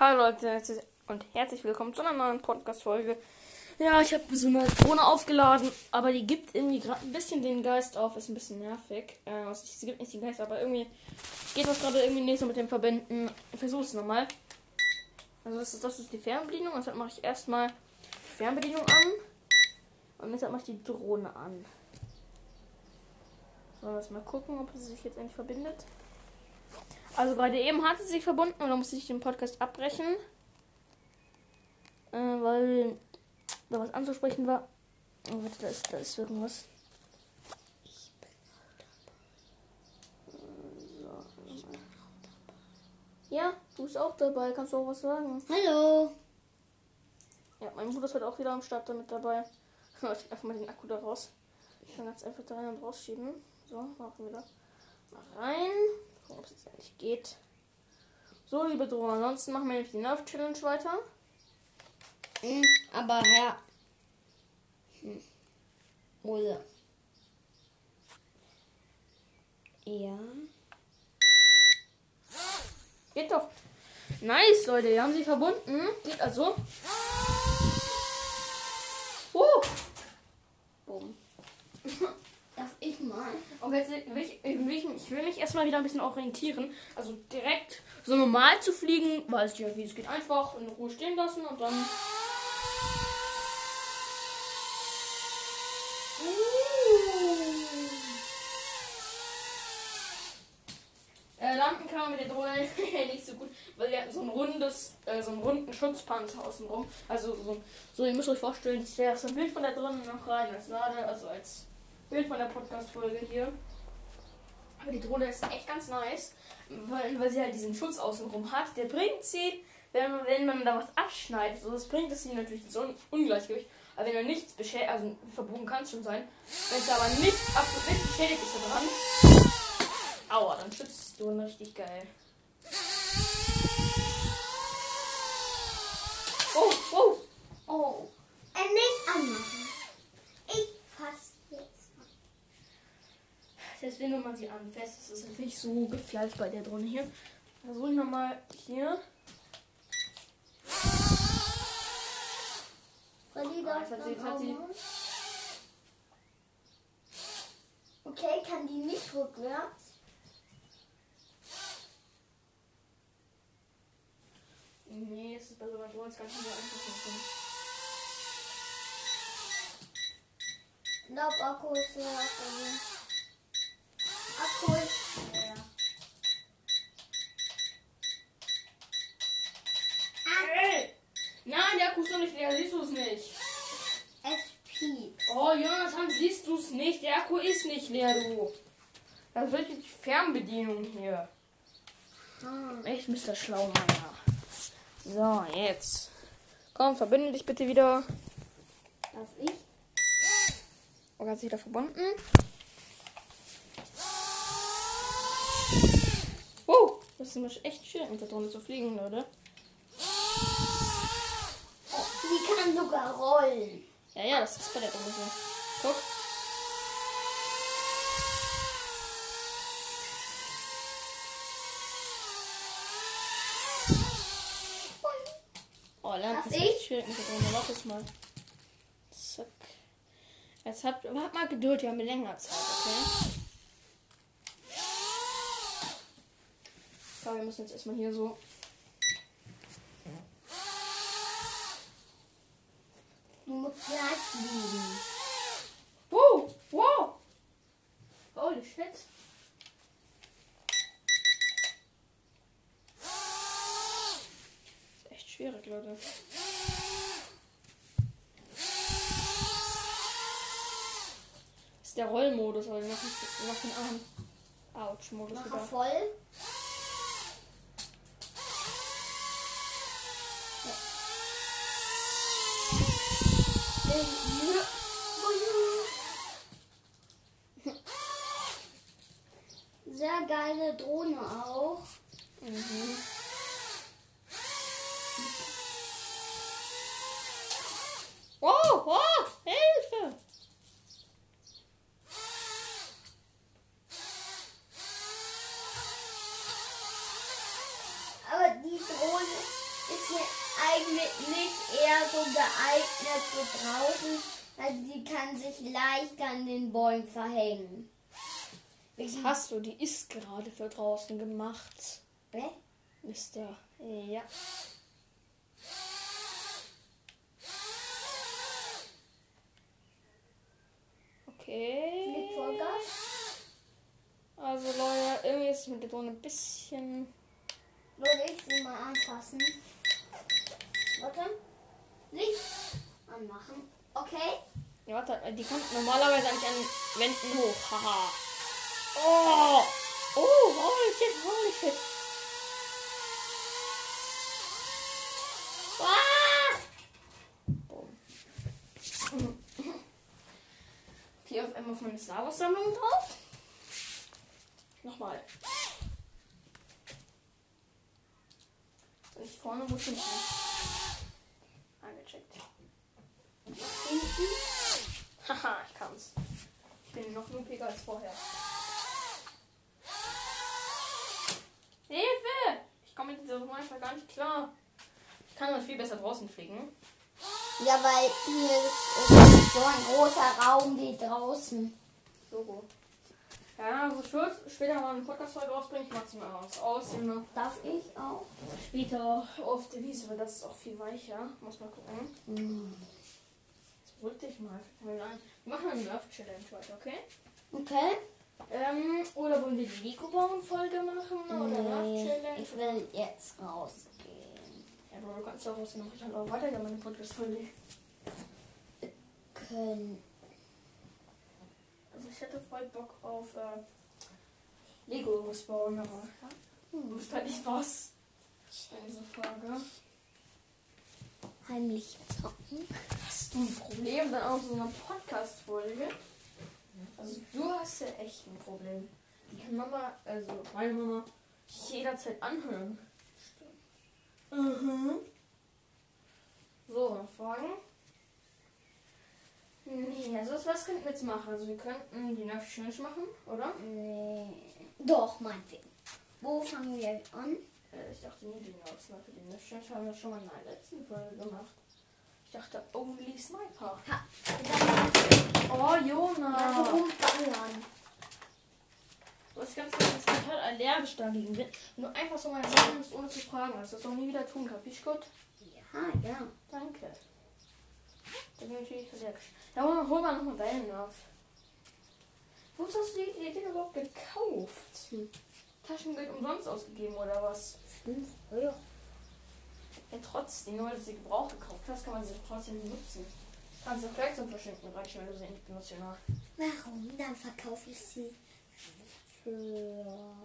Hallo Leute und herzlich willkommen zu einer neuen Podcast-Folge. Ja, ich habe so eine Drohne aufgeladen, aber die gibt irgendwie gerade ein bisschen den Geist auf. Ist ein bisschen nervig. Sie gibt nicht den Geist, aber irgendwie geht das gerade irgendwie nicht so mit dem Verbinden. Ich versuche es nochmal. Also das ist die Fernbedienung. Deshalb mache ich erstmal die Fernbedienung an. Und deshalb mache ich die Drohne an. So, lass mal gucken, ob sie sich jetzt endlich verbindet. Also gerade eben hat sie sich verbunden und dann musste ich den Podcast abbrechen. Weil da was anzusprechen war. Oh, warte, da ist irgendwas. Ich bin auch dabei. So. Ja, du bist auch dabei. Kannst du auch was sagen? Hallo. Ja, mein Bruder ist heute auch wieder am Start damit dabei. Ich einfach mal den Akku da raus. Ich kann ganz einfach da rein und rausschieben. So, machen wir da mal rein. Gucken, ob es jetzt endlich geht. So, liebe Drohne, ansonsten machen wir nämlich die Nerf-Challenge weiter. Aber Herr. Oder. Ja. Geht doch. Nice, Leute, wir haben sie verbunden. Geht also. Boom. Darf ich mal? Und jetzt ich will mich erstmal wieder ein bisschen orientieren. Also direkt so normal zu fliegen, weiß ich ja, wie es geht. Einfach in Ruhe stehen lassen und dann. Landen kann man mit der Drohne nicht so gut, weil wir hatten so einen runden Schutzpanzer außenrum. Also so, ihr müsst euch vorstellen, ich stelle so ein Bild von der Drohne noch rein als Lade, also als Bild von der Podcast-Folge hier. Aber die Drohne ist echt ganz nice, weil sie halt diesen Schutz außenrum hat. Der bringt sie, wenn man da was abschneidet, so das bringt es sie natürlich so ein Ungleichgewicht. Aber wenn er nichts beschädigt, also verbogen kann es schon sein, wenn es aber absolut nicht beschädigt ist da dran, aua, dann schützt du richtig geil. Oh. Oh. Nicht anmachen. Ich fass jetzt an. Selbst wenn man sie anfasst, das ist natürlich so gefährlich bei der Drohne hier. Versuche ich nochmal hier. Okay, kann die nicht rückwärts? Nee, es ist bei so einer Drohne ganz nicht einfach. Ich glaube, Akku ist leer. Akku ist leer. Hey! Nein, der Akku ist noch nicht leer, siehst du es nicht? Es piept. Oh, Jonathan, siehst du es nicht? Der Akku ist nicht leer, du. Das ist wirklich die Fernbedienung hier. Echt, Mr. Schlaumeier. So, jetzt. Komm, verbinde dich bitte wieder. Darf ich? Oh, hat sich wieder verbunden. Das ist echt schön, mit der Drohne zu fliegen, Leute. Die kann sogar rollen. Ja, das ist bei der Drohne so. Guck. Oh, lernt das echt schön mit der Drohne. Warte mal. Zack. Jetzt habt mal Geduld, wir haben länger Zeit, okay? So, wir müssen jetzt erstmal hier so. Du musst gleich fliegen. Wow! Holy shit. Ist echt schwierig, Leute. Das ist der Rollmodus, aber wir machen den Ouch-Modus Mache wieder. voll. Sehr geile Drohne auch. Oh, Hilfe! Aber die Drohne ist nicht eher so geeignet für draußen, weil die kann sich leicht an den Bäumen verhängen. Was hast du? Die ist gerade für draußen gemacht. Mister. Ja. Okay. Mit Vollgas? Also Leute, irgendwie ist es mit der Drohne ein bisschen... Würde ich sie mal anfassen. Warte. Licht anmachen. Okay. Ja, warte, die kommt normalerweise eigentlich an Wänden hoch. Haha. Oh! Oh, holy shit, holy shit. Ah! Boom. Hier auf einmal auf meine Star Wars Sammlung drauf. Nochmal. Nicht vorne, wo hinten? Angecheckt. Hinten. Haha, ich kann's. Ich bin noch lumpiger als vorher. Hilfe! Ich komme mit dieser Nummer einfach gar nicht klar. Ich kann das viel besser draußen fliegen. Ja, weil hier ist so ein großer Raum wie draußen. Logo. Ja, also ich würde später mal eine Podcast-Folge rausbringen. Ich mach's mal aus. Darf ich auch? Später auf der Wiese, weil das ist auch viel weicher. Muss mal gucken. Jetzt beruhig dich mal. Wir machen eine Nerf-Challenge heute, okay? Okay. Oder wollen wir die Lego-Bauen-Folge machen? Oder Nerf-Challenge? Ich will jetzt rausgehen. Ja, aber du kannst auch rausgehen. Ich kann auch weiter meine Podcast-Folge. Also ich hätte voll Bock auf Lego bauen, aber wusste halt nicht was. In dieser Frage. Heimlich zocken. Hast du ein Problem dann auch so einer Podcast-Folge? Also du hast ja echt ein Problem. Die kann Mama, also meine Mama, jederzeit anhören. Stimmt. So, Fragen? Nee, also was könnten wir jetzt machen? Also wir könnten die Nerf Challenge machen, oder? Nee. Doch, meinetwegen. Wo fangen wir an? Ich dachte nie, die Nerf Sniper. Die Nerf Challenge haben wir schon mal in der letzten Folge gemacht. Ich dachte, Only Sniper. Ha. Oh, Jona. Ja, so rumballern. Du hast ganz total allergisch dagegen. Wenn du einfach so mal sagen musst, ohne zu fragen, das ist doch nie wieder tun, kapisch gut? Ja. Danke. Da bin ich natürlich allergisch. Da hol mal nochmal deinen Nerf. Wo hast du die Dinger überhaupt gekauft? Taschengeld umsonst ausgegeben oder was? 5 Euro. Ja, trotzdem, nur weil du sie gebraucht gekauft hast, kann man sie trotzdem nutzen. Kannst du vielleicht zum Verschenken reichen, wenn du sie nicht benutzt, ja. Warum? Dann verkaufe ich sie für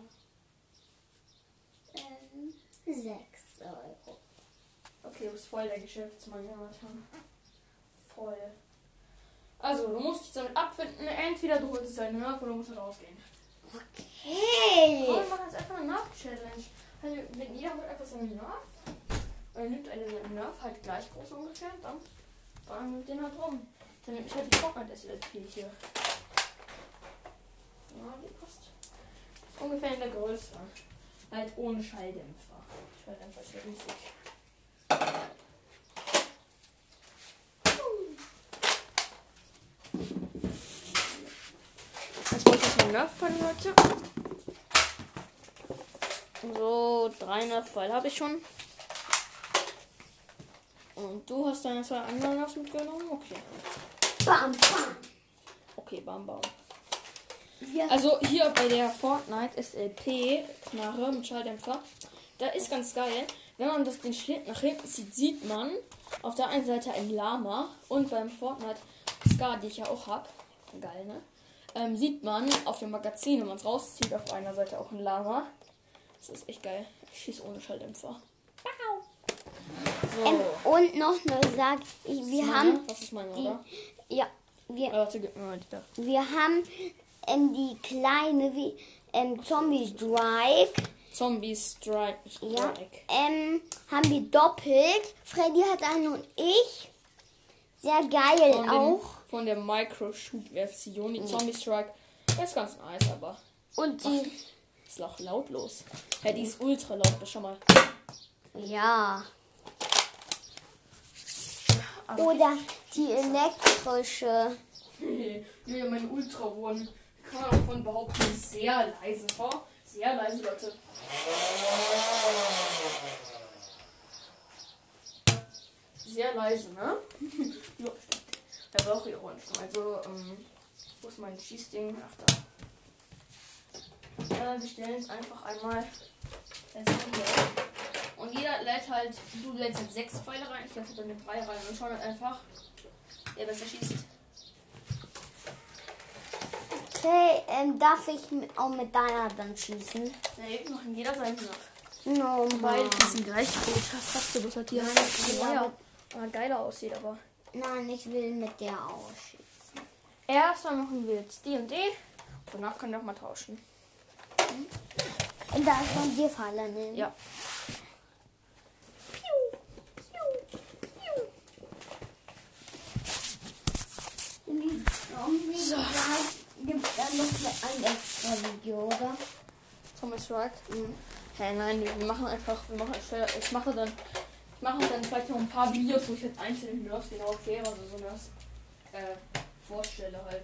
6 Euro. Okay, du bist voll der Geschäftsmann, Jonathan. Voll. Also, du musst dich damit abfinden. Entweder du holst deinen Nerf oder du musst rausgehen. Okay. Aber wir machen jetzt einfach eine Nerf-Challenge. Also, wenn jeder holt einfach seinen Nerf. Und nimmt einen Nerf halt gleich groß ungefähr. Dann fahren wir den halt rum. Dann nehme ich halt die Fortnite-SLP hier. Ja, die passt. Ist ungefähr in der Größe. Halt ohne Schalldämpfer. Schalldämpfer ist ja riesig. Jetzt wollte ich einen Nerf fangen, Leute. So, 3 Nerf-Pfeile habe ich schon. Und du hast deine 2 anderen Nerfs mitgenommen? Okay. Bam, bam. Okay, bam, bam. Ja. Also hier bei der Fortnite SLP-Knarre mit Schalldämpfer, da ist ganz geil, wenn man den Schnitt nach hinten zieht, sieht man auf der einen Seite ein Lama und beim Fortnite Scar, die ich ja auch habe, geil, ne? Sieht man auf dem Magazin, wenn man es rauszieht, auf einer Seite auch ein Lama. Das ist echt geil. Ich schieße ohne Schalldämpfer. So. Und noch eine Sache, wir haben Das ist meine, oder? ja, wir Warte, gib mir mal die da. Wir haben die kleine wie Zombie Strike. Zombie Strike. Ja. Haben wir doppelt. Freddy hat einen und ich. Sehr geil auch. Von der Micro-Shoot-Version. Die Zombie Strike ist ganz nice, aber. Und die. Ist auch lautlos. Ja, die ist ultra laut. Das schon mal. Ja. Also Oder die elektrische. nee, meine Ultra One. Kann man davon behaupten, sehr leise war. Sehr leise, Leute. Sehr leise, ne? Ja, da brauche ich auch nicht. Also, wo ist mein Schießding? Ach, da. Wir stellen jetzt einfach einmal das hier auf. Und jeder lädt halt, du lädst halt 6 Pfeile rein, ich lädt halt eine 3 rein und schauen halt einfach, wer besser schießt. Okay, darf ich auch mit deiner dann schießen? Nee, wir machen jeder seinen Sack. No, Beide schießen gleich gut. Das hast du bloß halt hier. Ja, geiler aussieht, aber. Nein, ich will mit der ausschießen. Erstmal machen wir jetzt die und die. Danach können wir auch mal tauschen. Und da ist von dir Falle nehmen. Ja. So. Gibt es dann noch ein extra Video, oder? Thomas Strike? Hey, nein, wir machen ich mache dann vielleicht noch ein paar Videos, wo ich jetzt einzelne Nerfs genau erkläre, also so das vorstelle halt.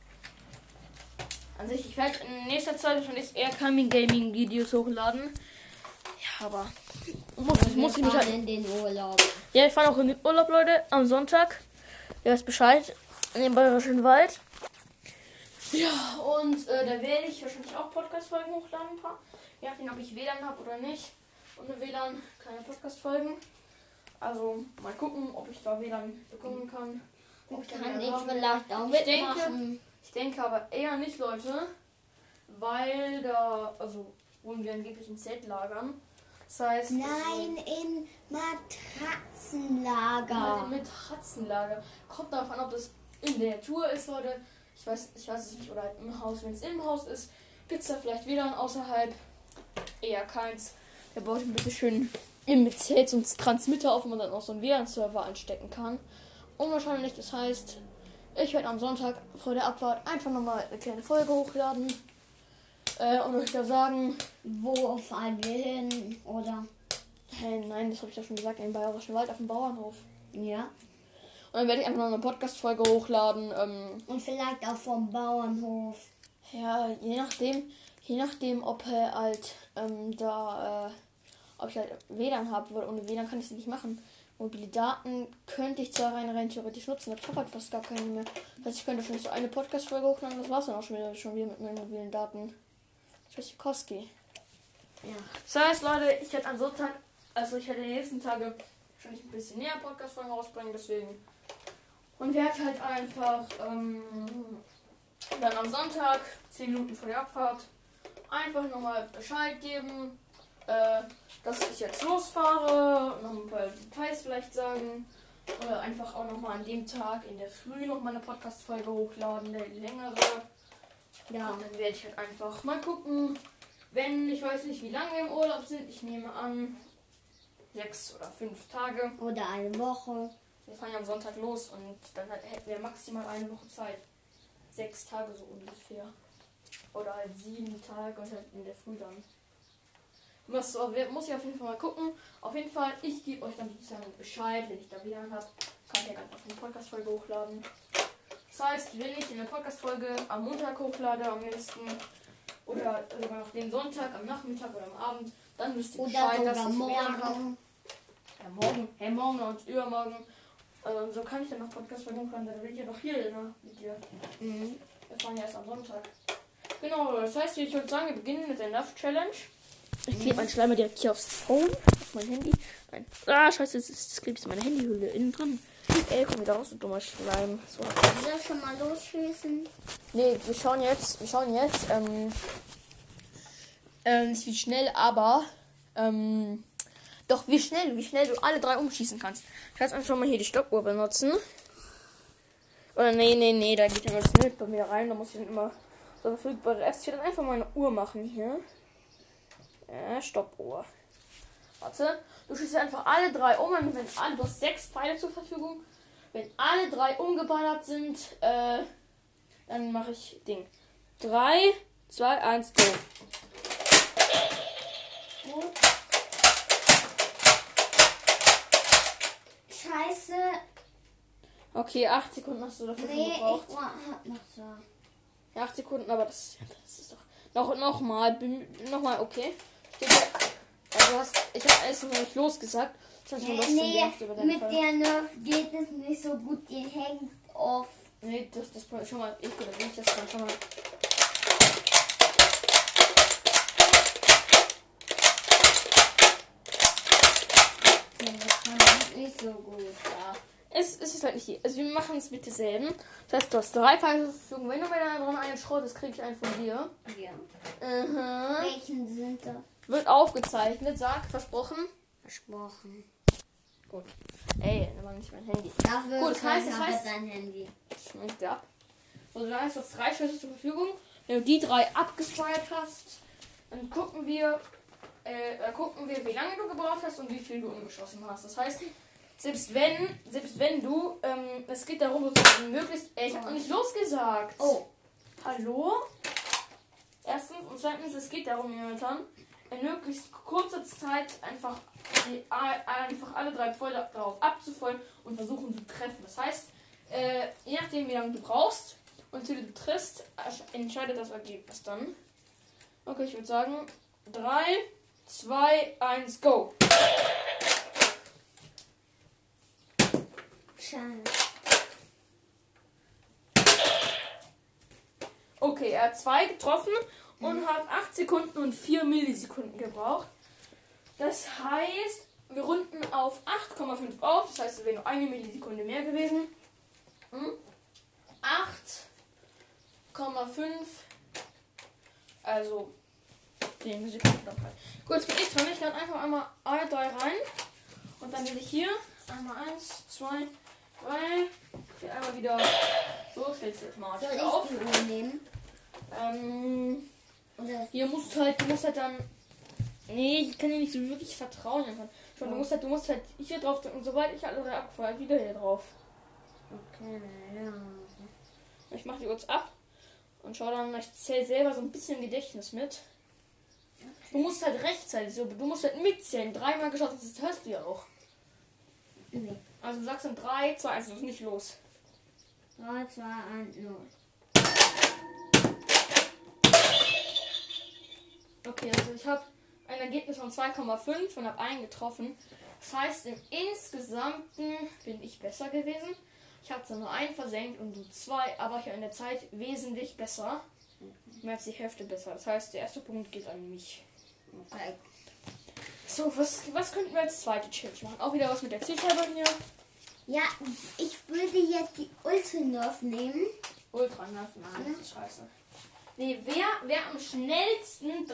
An sich, ich werde in nächster Zeit wahrscheinlich eher Coming Gaming Videos hochladen. Ja, aber muss ich mich halt in den Urlaub. Ja, ich fahre auch in den Urlaub, Leute, am Sonntag. Ihr wisst Bescheid, in den Bayerischen Wald. Ja, und da werde ich wahrscheinlich auch Podcast-Folgen hochladen, ein paar. Je nachdem, ob ich WLAN habe oder nicht. Ohne WLAN keine Podcast-Folgen. Also mal gucken, ob ich da WLAN bekommen kann. Ob da Kann WLAN ich haben vielleicht werde. auch Ich mitmachen? Ich denke aber eher nicht, Leute. Weil da, also wohnen wir angeblich in Zeltlagern. Das heißt... Nein, in Matratzenlager. Mit Matratzenlager. Kommt darauf an, ob das in der Tour ist, Leute. Ich weiß es nicht. Oder halt im Haus. Wenn es im Haus ist, gibt es da vielleicht WLAN außerhalb. Eher keins. Der baut ein bisschen schön im Zelt so einen Transmitter auf, wo man dann auch so einen WLAN-Server anstecken kann. Unwahrscheinlich, das heißt, ich werde am Sonntag vor der Abfahrt einfach nochmal eine kleine Folge hochladen. Und euch da sagen, Wo fahren wir hin? Oder? hey, nein, das habe ich ja schon gesagt, im Bayerischen Wald auf dem Bauernhof. Ja. Und dann werde ich einfach noch eine Podcast-Folge hochladen. Und vielleicht auch vom Bauernhof. Ja, je nachdem, ob halt ob ich halt WLAN habe, weil ohne WLAN kann ich es nicht machen. Mobile Daten könnte ich zwar rein theoretisch nutzen, aber ich habe halt fast gar keine mehr. Das heißt, ich könnte schon so eine Podcast-Folge hochladen, das war's dann auch schon wieder mit meinen mobilen Daten. Tschüssikowski. Ja. Das heißt, Leute, ich werde am Sonntag, also ich werde die nächsten Tage wahrscheinlich ein bisschen näher Podcast-Folgen rausbringen, deswegen. Und werde halt einfach dann am Sonntag, 10 Minuten vor der Abfahrt, einfach nochmal Bescheid geben, dass ich jetzt losfahre, noch ein paar Details vielleicht sagen. Oder einfach auch nochmal an dem Tag in der Früh nochmal eine Podcast-Folge hochladen, eine längere. Ja, und dann werde ich halt einfach mal gucken, wenn, ich weiß nicht, wie lange wir im Urlaub sind. Ich nehme an, 6 oder 5 Tage. Oder eine Woche. Wir fahren ja am Sonntag los und dann hätten wir maximal eine Woche Zeit. 6 Tage so ungefähr. Oder halt 7 Tage und halt in der Früh dann. Muss ich auf jeden Fall mal gucken. Auf jeden Fall, ich gebe euch dann sozusagen Bescheid, wenn ich da wieder habe. Kann ich ja ganz auf eine Podcast-Folge hochladen. Das heißt, wenn ich eine Podcast-Folge am Montag hochlade, am nächsten oder sogar noch den Sonntag, am Nachmittag oder am Abend, dann wisst ihr Bescheid, Oder dass ich sogar WLAN habe. morgen. Ja, morgen. Hey, morgen und übermorgen. So kann ich dann noch Podcast-Folge hochladen, dann bin ich ja noch hier mit dir. Mhm. Wir fahren ja erst am Sonntag. Genau, das heißt, ich würde sagen, wir beginnen mit der Love Challenge. Ich klebe meinen Schleimer direkt hier aufs Phone, auf mein Handy. Nein. Ah, scheiße, das klebt jetzt meine Handyhülle innen drin. Ey, komm wieder raus, du dummer Schleim. So. Soll ich schon mal losschießen? Nee, wir schauen jetzt, nicht wie schnell, aber, doch wie schnell du alle 3 umschießen kannst. Ich kann jetzt einfach mal hier die Stoppuhr benutzen. Oder nee, da geht ja das nicht bei mir rein, da muss ich dann immer so verfügbare Apps. Ich werde dann einfach mal eine Uhr machen hier. Stoppuhr. Warte, du schießt einfach alle 3 um, und wenn alle, du hast 6 Pfeile zur Verfügung. Wenn alle 3 umgeballert sind, dann mache ich Ding. 3, 2, 1, go. Gut. Scheiße. Okay, 8 Sekunden hast du dafür schon Nee, gebraucht. ich hab noch so. Ja, 8 Sekunden, aber das ist doch... Nochmal, okay. Steht ja, also ich habe erst noch nicht losgesagt. Das heißt, Nee, mit der Nerf geht es nicht so gut. Die hängt oft. Nee, das schon mal... Ich oder nicht, das kann schon mal... Das kann nicht so gut. Ja. Es ist halt nicht hier. Also wir machen es mit derselben. Das heißt, du hast 3 Pfeile zur Verfügung. Wenn du mir da drin einen schrottest, kriege ich einen von dir. Ja. Mhm. Welchen sind das? Wird aufgezeichnet. Sag, versprochen. Versprochen. Gut. Ey, das war nicht mein Handy. Dafür Gut, das heißt, dein Handy. Schmeckt der ab. So, du hast jetzt 3 Schüsse zur Verfügung. Wenn du die 3 abgefeuert hast, dann gucken wir, wie lange du gebraucht hast und wie viel du umgeschossen hast. Das heißt, selbst wenn du, es geht darum, sozusagen möglichst, ich habe noch nicht losgesagt. Oh. Hallo? Erstens und zweitens, es geht darum, Jonathan, in möglichst kurzer Zeit einfach alle 3 Pfeile darauf abzufeuern und versuchen zu treffen. Das heißt, je nachdem, wie lange du brauchst und wie du triffst, entscheidet das Ergebnis dann. Okay, ich würde sagen, 3, 2, 1, go! Schade. Okay, er hat 2 getroffen und hat 8 Sekunden und 4 Millisekunden gebraucht. Das heißt, wir runden auf 8,5 auf. Das heißt, es wäre nur 1 Millisekunde mehr gewesen. 8,5. Also 10 Sekunden dabei. Gut, jetzt bin ich dran. Ich lade einfach einmal alle 3 rein. Und dann will ich hier einmal 1, 2, 3. Hier einmal wieder. So, stellst du jetzt mal Soll ich auf. die Uhr nehmen? Hier du musst halt dann. Nee, ich kann dir nicht so wirklich vertrauen. Schon, du musst halt hier drauf drücken und sobald ich alle 3 abgefeuert, wieder hier drauf. Okay, ja. Ich mach die kurz ab und schau dann, ich zähle selber so ein bisschen Gedächtnis mit. Du musst halt rechtzeitig, so, du musst halt mitzählen. 3-mal geschossen, das hörst du ja auch. Nee. Also du sagst dann 3, 2, 1, das ist nicht los. 3, 2, 1, 0. Okay, also ich habe ein Ergebnis von 2,5 und habe einen getroffen. Das heißt, im Insgesamten bin ich besser gewesen. Ich habe zwar nur einen versenkt und du 2, aber ich war in der Zeit wesentlich besser. Mehr als die Hälfte besser. Das heißt, der erste Punkt geht an mich. Okay. So, was könnten wir als zweite Challenge machen? Auch wieder was mit der Zielscheibe hier. Ja, ich würde jetzt die Ultra-Nerf nehmen. Ultra Nerf, nein, das ist scheiße. Nee, wer am schnellsten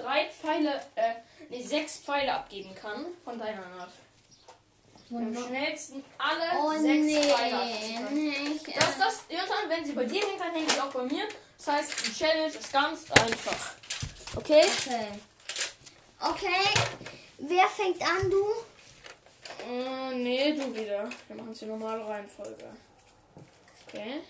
6 Pfeile abgeben kann von deiner Nerf. Am schnellsten alle 6 Pfeile abgeben kann. Jonathan, wenn sie bei dir hängt, dann hängt sie auch bei mir. Das heißt, die Challenge ist ganz einfach. Okay? Okay. Wer fängt an, du? Nee, du wieder. Wir machen es in normale Reihenfolge. Okay.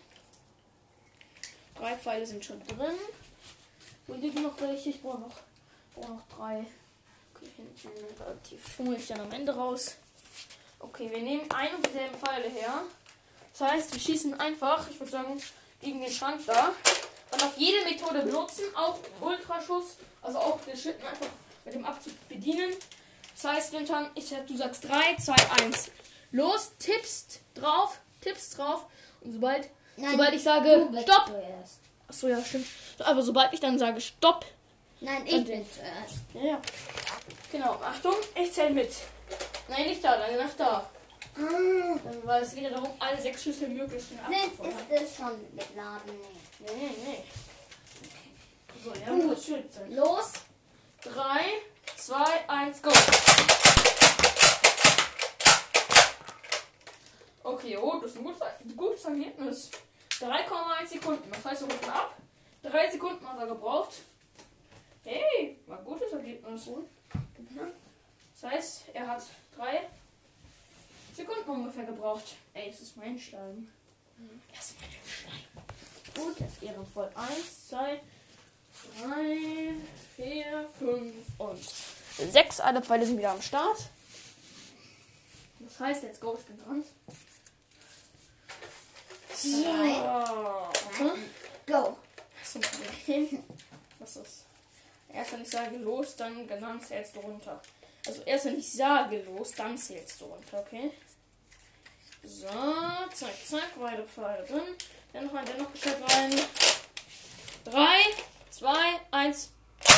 3 Pfeile sind schon drin. Und ich noch welche? Ich brauche noch 3. Okay, hinten relativ fummel ich dann am Ende raus. Okay, wir nehmen ein und dieselben Pfeile her. Das heißt, wir schießen einfach, ich würde sagen, gegen den Schrank da. Dann auf jede Methode benutzen, auch Ultraschuss, also auch den Schlitten einfach mit dem Abzug bedienen. Das heißt, Jonathan, du sagst 3, 2, 1. Los, tippst drauf. Und sobald ich sage Stopp. Achso, ja, stimmt. Aber sobald ich dann sage Stopp. Nein, ich bin zuerst. Ja. Genau, Achtung, ich zähle mit. Nein, nicht da, dann nach da. Weil es geht ja darum, alle 6 Schüsse möglichst schnell abzufeuern. Ist es schon geladen? Nee. Okay. So, ja, Gut. das Schild sein. Los. 3, 2, 1, go. Okay, oh, das ist ein gutes Ergebnis. 3,1 Sekunden. Das heißt, wir runden ab. 3 Sekunden hat er gebraucht. Hey, war ein gutes Ergebnis. Das heißt, er hat 3 Sekunden ungefähr gebraucht. Ey, das ist mein Schleim. Das ist mein Schleim. Gut, das ist ehrenvoll. 1, 2, 3, 4, 5 und 6. Alle Pfeile sind wieder am Start. Das heißt, jetzt go, ich bin dran. So. Go. Was ist ein Problem? Was ist? Erst wenn ich sage los, dann zählst du runter. Also erst wenn ich sage los, dann zählst du runter, okay? So, zack, zack, weiter Pfeile drin. Dann noch Bescheid rein. 3, 2, 1.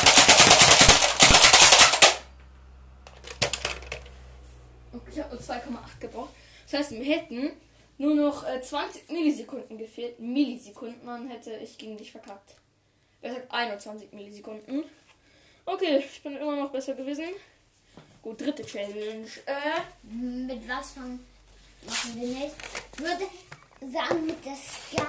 Okay, ich habe nur 2,8 gebraucht. Das heißt, wir hätten nur noch 20 Millisekunden gefehlt. Millisekunden, dann hätte ich gegen dich verkackt. Er sagt 21 Millisekunden. Okay, ich bin immer noch besser gewesen. Gut, dritte Challenge. Mit was machen wir nicht? Ich würde sagen, mit der Ska.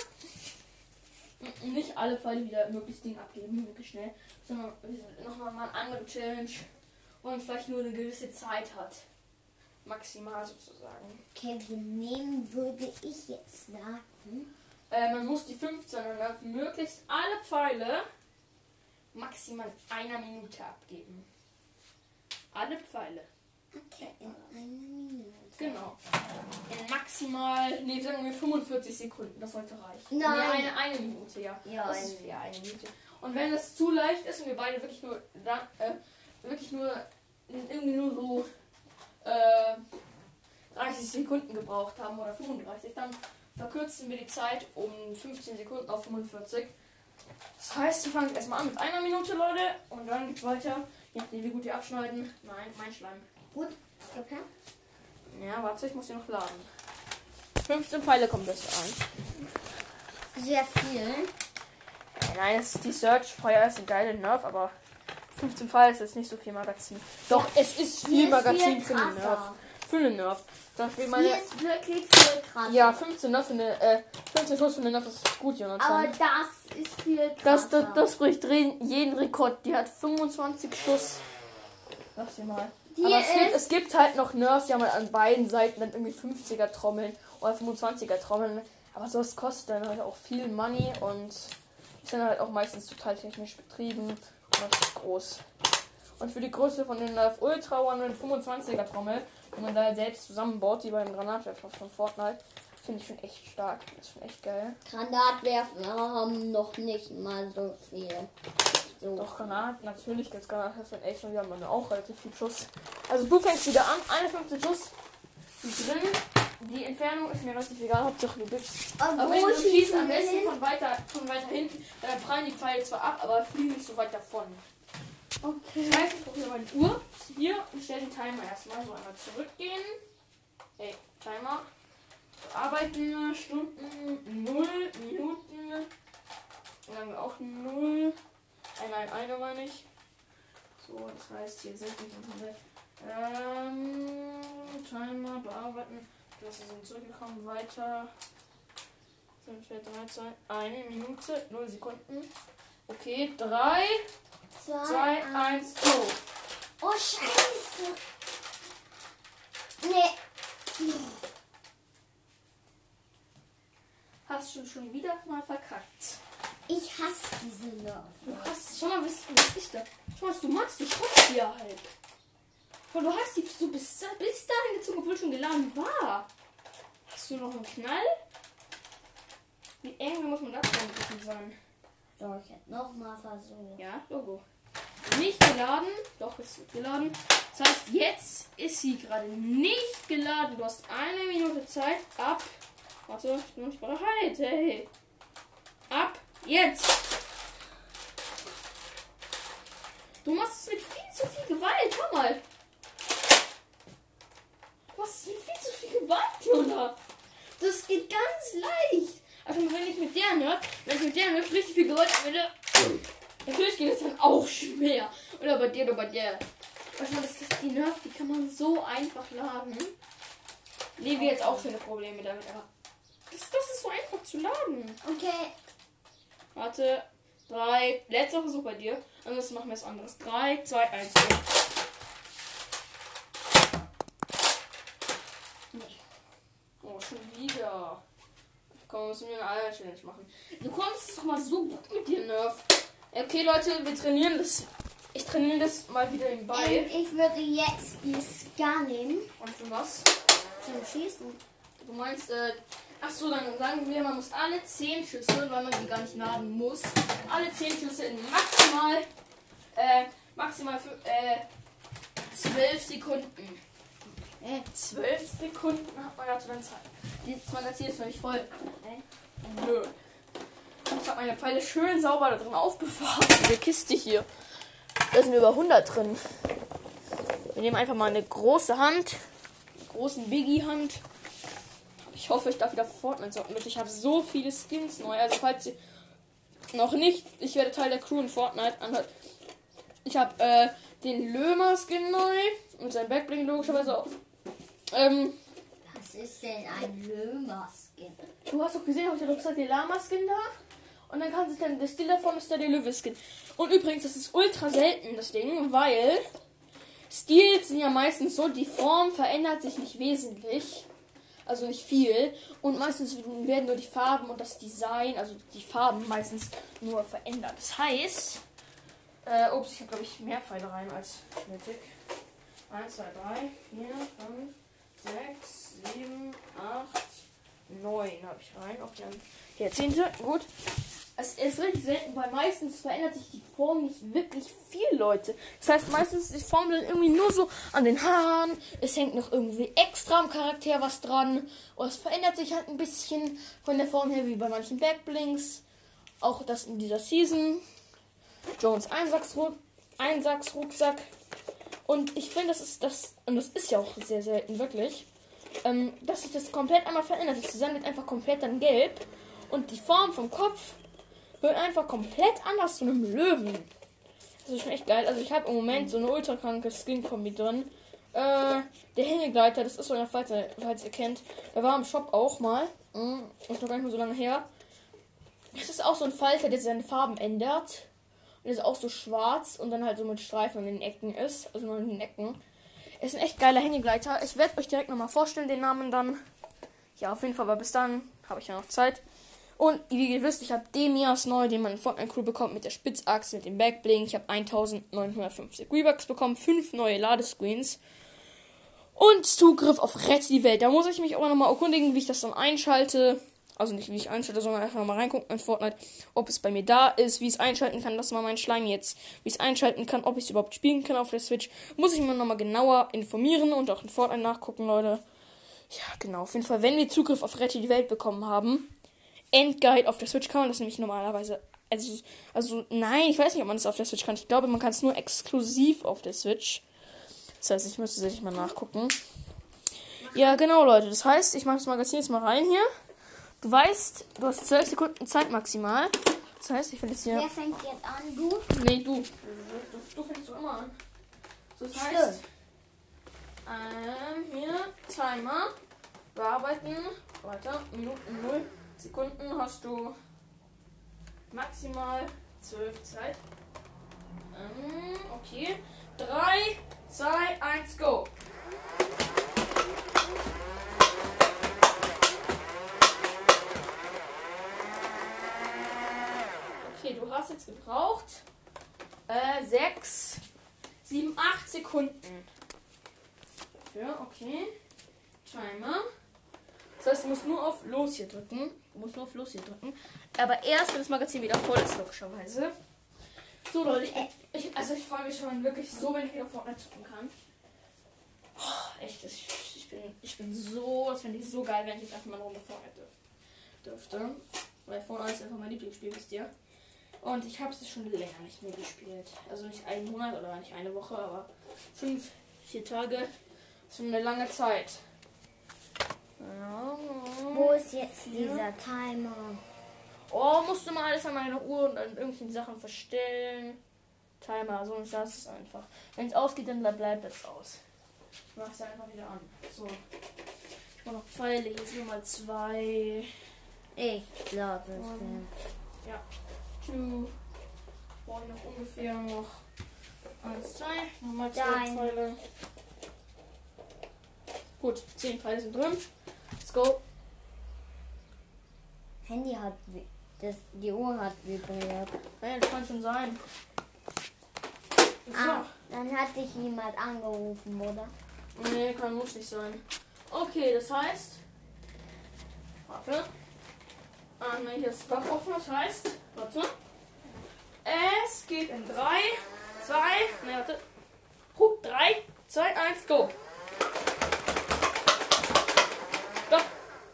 Nicht alle Pfeile wieder möglichst Ding abgeben, wirklich schnell. Sondern nochmal mal eine andere Challenge. Und vielleicht nur eine gewisse Zeit hat. Maximal sozusagen. Okay, wir nehmen, würde ich jetzt sagen. Man muss die 15 möglichst alle Pfeile maximal in einer Minute abgeben. Alle Pfeile. Okay, in einer Minute. Genau. In maximal, sagen wir 45 Sekunden, das sollte reichen. Nein. Nee, eine Minute, ja. Ja, das ist fair, eine Minute. Und wenn das zu leicht ist und wir beide wirklich nur irgendwie nur so 30 Sekunden gebraucht haben oder 35, dann verkürzen wir die Zeit um 15 Sekunden auf 45. Das heißt, wir fangen erstmal an mit einer Minute, Leute, und dann geht's weiter. Je nachdem, wie gut wir abschneiden. Nein, mein Schleim. Gut, okay. Ja, warte, ich muss hier noch laden. 15 Pfeile kommt das an. Sehr viel. Nein, die Search-Feuer ist ein geiler Nerf, aber 15 Pfeile ist jetzt nicht so viel Magazin. Doch, ja, es ist viel Magazin für den Nerf. Für den Nerf. Hier ist wirklich viel krasser. Ja, 15 Schuss für den Nerf ist gut, Jonathan. Aber das ist viel krasser. Das bricht jeden Rekord. Die hat 25 Schuss. Lass dir mal. Aber es gibt halt noch Nerfs, die haben halt an beiden Seiten dann irgendwie 50er Trommeln oder 25er Trommeln. Aber sowas kostet dann halt auch viel Money und die sind halt auch meistens total technisch betrieben und richtig groß. Und für die Größe von den Nerf Ultra One und 25er Trommel, wenn man da halt selbst zusammenbaut, die beim Granatwerfer von Fortnite, finde ich schon echt stark. Das ist schon echt geil. Granatwerfer haben noch nicht mal so viel. So. Doch, natürlich gibt es Granatwerfer in echt und die haben dann auch relativ viel Schuss. Also du fängst wieder an, 51 Schuss sind drin. Die Entfernung ist mir relativ egal, Hauptsache du bist. Aber wenn du schießt, am besten von weiter hinten, dann prallen die Pfeile zwar ab, aber fliegen nicht so weit davon. Okay. Das heißt, ich gucke mir meine Uhr hier und stelle den Timer erstmal so einmal zurückgehen. Hey, Timer. Arbeiten, Stunden, 0, Minuten. Dann haben wir auch 0. Eine meine ich. So, das heißt, hier sind die Timer bearbeiten. Das sind zurückgekommen, weiter. 5, 4, 3, 2, 1 Minute, 0 Sekunden. Okay, 3, 2, 1, go. Oh, Scheiße. Nee. Hast du schon wieder mal verkackt? Ich hasse diese Nerf. Du hast schon mal, was ich da? Schau mal, was du machst, du schubst hier halt. Und du hast die so bis dahin gezogen, obwohl schon geladen war. Hast du noch einen Knall? Wie eng muss man das denn sein? So, ich hätte nochmal versucht. Ja, Logo. Nicht geladen. Doch, es wird geladen. Das heißt, jetzt ist sie gerade nicht geladen. Du hast eine Minute Zeit. Ab. Warte, ich bin noch nicht bereit. Hey. Ab. Jetzt. Du machst es mit viel zu viel Gewalt. Schau mal. Du machst es mit viel zu viel Gewalt, Jonah. Das geht ganz leicht. Also wenn ich mit der Nerf richtig viel Gewalt anwende, natürlich geht es dann auch schwer. Oder bei dir. Weißt du, das ist die Nerf, die kann man so einfach laden. Nee, wir jetzt auch viele Probleme damit, aber das ist so einfach zu laden. Okay. Warte. 3. Letzter Versuch bei dir. Ansonsten machen wir es anderes. 3, 2, 1. Nee. Oh, schon wieder. Komm, müssen wir eine andere Challenge machen. Du kommst doch mal so gut mit dir, Nerf. Okay, Leute, wir trainieren das. Ich trainiere das mal wieder im Ball. Ich würde jetzt die Ska nehmen. Und für was? Zum Schießen. Du meinst, Achso, dann sagen wir, man muss alle 10 Schüsse, weil man die gar nicht laden muss, alle 10 Schüsse in maximal für 12 Sekunden. 12 Sekunden hat man ja zu dann Zeit. Dieses Magazin ist völlig voll. Nö. Ich habe meine Pfeile schön sauber da drin aufbewahrt. Diese Kiste hier. Da sind über 100 drin. Wir nehmen einfach mal eine große Hand. Eine großen Biggie-Hand. Ich hoffe, ich darf wieder Fortnite zocken mit. Ich habe so viele Skins neu. Also falls ihr noch nicht, ich werde Teil der Crew in Fortnite anhört. Ich habe den Lömer-Skin neu. Und sein Backbling logischerweise auch. Was ist denn ein Lömer-Skin? Du hast doch gesehen, habe ich ja doch gesagt, der Lama-Skin da. Und dann kann sich dann, der Stil davon ist der Löwe-Skin. Und übrigens, das ist ultra selten, das Ding, weil Stils sind ja meistens so, die Form verändert sich nicht wesentlich. Also nicht viel. Und meistens werden nur die Farben und das Design, also die Farben meistens nur verändert. Das heißt, ups, ich habe glaube ich mehr Pfeile rein als nötig. 1, 2, 3, 4, 5, 6, 7, 8, 9 habe ich rein. Okay, dann der 10. Gut. Es ist richtig selten, weil meistens verändert sich die Form nicht wirklich viel, Leute. Das heißt, meistens ist die Form dann irgendwie nur so an den Haaren. Es hängt noch irgendwie extra am Charakter was dran. Und es verändert sich halt ein bisschen von der Form her, wie bei manchen Backblinks. Auch das in dieser Season. Jones Einsatzrucksack. Und ich finde, das ist ja auch sehr selten, wirklich, dass sich das komplett einmal verändert. Das Design wird einfach komplett dann gelb. Und die Form vom Kopf wird einfach komplett anders zu einem Löwen. Das ist schon echt geil. Also ich habe im Moment so eine ultra kranke Skin-Kombi drin. Der Hängegleiter, das ist so eine, falls ihr kennt. Der war im Shop auch mal. Ist noch gar nicht mehr so lange her. Das ist auch so ein Falter, der seine Farben ändert. Und ist auch so schwarz und dann halt so mit Streifen an den Ecken ist. Also nur an den Ecken. Ist ein echt geiler Hängegleiter. Ich werde euch direkt nochmal vorstellen, den Namen dann. Ja, auf jeden Fall, aber bis dann habe ich ja noch Zeit. Und wie ihr wisst, ich habe Demias neu, den man in Fortnite Crew bekommt, mit der Spitzachse, mit dem Backbling. Ich habe 1950 Rebucks bekommen, 5 neue Ladescreens und Zugriff auf Rette die Welt. Da muss ich mich aber nochmal erkundigen, wie ich das dann einschalte. Also nicht wie ich einschalte, sondern einfach mal reingucken in Fortnite, ob es bei mir da ist, wie ich es einschalten kann, das war mein Schleim jetzt, wie ich es einschalten kann, ob ich es überhaupt spielen kann auf der Switch. Muss ich mir nochmal genauer informieren und auch in Fortnite nachgucken, Leute. Ja, genau, auf jeden Fall, wenn wir Zugriff auf Rette die Welt bekommen haben, Endguide auf der Switch kann man das nämlich normalerweise, also nein, ich weiß nicht, ob man das auf der Switch kann. Ich glaube, man kann es nur exklusiv auf der Switch. Das heißt, ich müsste sicher mal nachgucken. Ja, genau, Leute, das heißt, ich mache das Magazin jetzt mal rein hier. Du weißt, du hast 12 Sekunden Zeit maximal. Das heißt, ich will jetzt hier... Wer fängt jetzt an? Du? Nee, du. Du fängst doch immer an. So, das heißt... Hier, Timer. Bearbeiten. Weiter. Minuten 0 Sekunden hast du maximal 12 Zeit. Okay. 3, 2, 1, go. Okay, du hast jetzt gebraucht 6, 7, 8 Sekunden. Ja, okay. Timer. Das heißt, du musst nur auf Los hier drücken. Aber erst, wenn das Magazin wieder voll ist, logischerweise. So, Leute, ich freue mich schon wirklich so, wenn ich wieder Fortnite zocken kann. Oh, echt, ich bin so, das finde ich so geil, wenn ich jetzt einfach mal eine Runde Fortnite dürfte. Weil Fortnite ist einfach mein Lieblingsspiel, wisst ihr. Und ich habe es schon länger nicht mehr gespielt. Also nicht einen Monat oder nicht eine Woche, aber 4 Tage. Das ist schon eine lange Zeit. Wo ist jetzt dieser Timer? Oh, musst du mal alles an meine Uhr und an irgendwelchen Sachen verstellen. Timer, so, und das ist einfach. Wenn es ausgeht, dann bleibt es aus. Ich mach es einfach wieder an. So. Ich brauche noch Pfeile, hier sind mal 2. Ich glaube es. Ja. Brauche ich noch ungefähr noch 1, 2. Nochmal 2 Pfeile. Gut, 10 Pfeile sind drin. Let's go. Handy hat die Uhr hat vibriert. Ja, das kann schon sein. So. Ah, dann hat dich jemand angerufen, oder? Nee, muss nicht sein. Okay, das heißt, Warte. Ah, ne, hier ist das Fach offen, das heißt, warte. Es geht in 3, 2, ne, warte. 3, 2, 1, go. Stopp.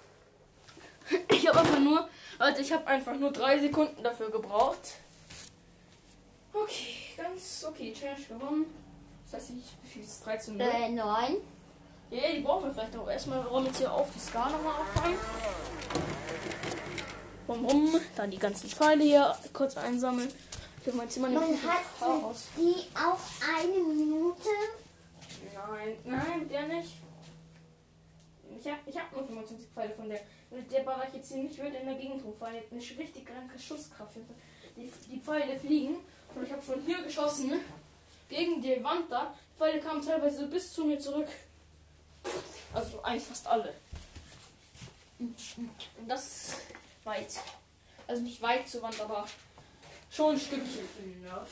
Ich habe einfach nur 3 Sekunden dafür gebraucht. Okay, ganz okay. Challenge gewonnen. Das heißt, wie viel ist 13? 9. Ja, die brauchen wir vielleicht auch erstmal. Wir räumen jetzt hier auf die Ska nochmal auffangen. Dann die ganzen Pfeile hier kurz einsammeln. Man hat die auf 1 Minute. Nein, der nicht. Ich hab nur 25 Pfeile von der. Der war ich jetzt hier nicht wild in der Gegend rum, weil eine richtig kranke Schusskraft. Die Pfeile fliegen und ich habe von hier geschossen gegen die Wand da. Die Pfeile kamen teilweise bis zu mir zurück. Also eigentlich fast alle. Und das weit. Also nicht weit zur Wand, aber schon ein Stückchen fliegen darf.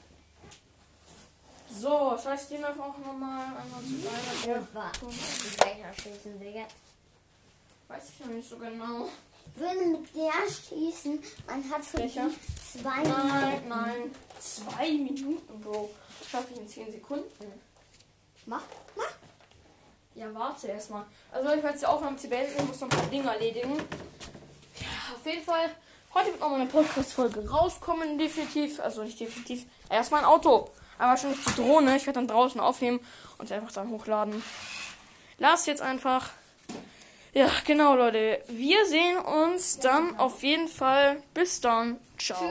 So, das heißt, den darf auch nochmal einmal zu Welcher schießen wir jetzt? Weiß ich noch nicht so genau. Würde mit der schießen, man hat für die 2 Minuten. Nein. 2 Minuten, Bro. Das schaffe ich in 10 Sekunden. Mach. Ja, warte erstmal. Also ich werde jetzt die Aufnahme zu beenden, muss noch ein paar Dinge erledigen. Ja, auf jeden Fall. Heute wird noch mal eine Podcast-Folge rauskommen, definitiv. Also nicht definitiv. Erstmal ein Auto. Aber schon nicht zur Drohne. Ich werde dann draußen aufnehmen und einfach dann hochladen. Lass jetzt einfach. Ja, genau, Leute. Wir sehen uns dann auf jeden Fall. Bis dann. Ciao.